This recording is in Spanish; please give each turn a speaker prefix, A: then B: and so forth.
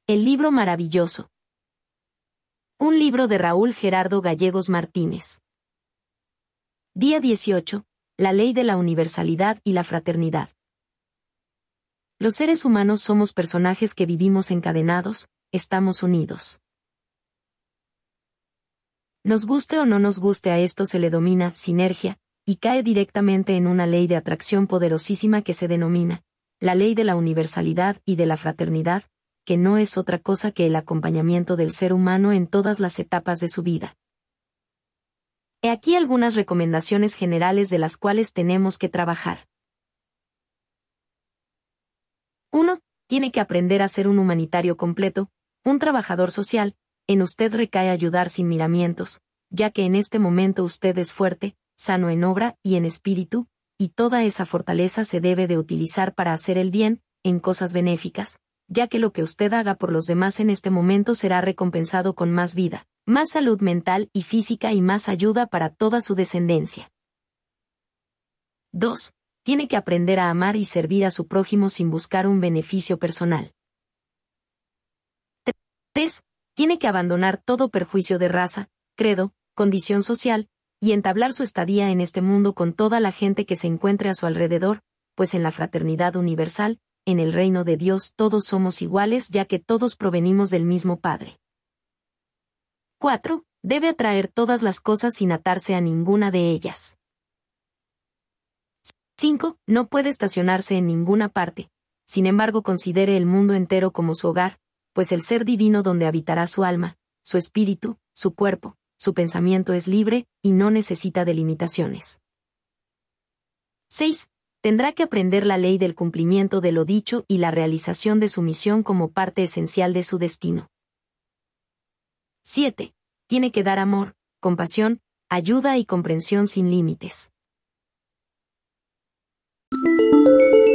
A: El libro maravilloso. Un libro de Raúl Gerardo Gallegos Martínez. Día 18. La ley de la universalidad y la fraternidad. Los seres humanos somos personajes que vivimos encadenados, estamos unidos. Nos guste o no nos guste, a esto se le domina sinergia, y cae directamente en una ley de atracción poderosísima que se denomina la ley de la universalidad y de la fraternidad, que no es otra cosa que el acompañamiento del ser humano en todas las etapas de su vida. He aquí algunas recomendaciones generales de las cuales tenemos que trabajar. 1. Tiene que aprender a ser un humanitario completo, un trabajador social. En usted recae ayudar sin miramientos, ya que en este momento usted es fuerte, sano en obra y en espíritu, y toda esa fortaleza se debe de utilizar para hacer el bien, en cosas benéficas, ya que lo que usted haga por los demás en este momento será recompensado con más vida, más salud mental y física y más ayuda para toda su descendencia. 2. Tiene que aprender a amar y servir a su prójimo sin buscar un beneficio personal. 3. Tiene que abandonar todo perjuicio de raza, credo, condición social, y entablar su estadía en este mundo con toda la gente que se encuentre a su alrededor, pues en la fraternidad universal, en el reino de Dios todos somos iguales ya que todos provenimos del mismo Padre. 4. Debe atraer todas las cosas sin atarse a ninguna de ellas. 5. No puede estacionarse en ninguna parte, sin embargo considere el mundo entero como su hogar, pues el ser divino donde habitará su alma, su espíritu, su cuerpo, su pensamiento es libre y no necesita de limitaciones. 6. Tendrá que aprender la ley del cumplimiento de lo dicho y la realización de su misión como parte esencial de su destino. 7. Tiene que dar amor, compasión, ayuda y comprensión sin límites.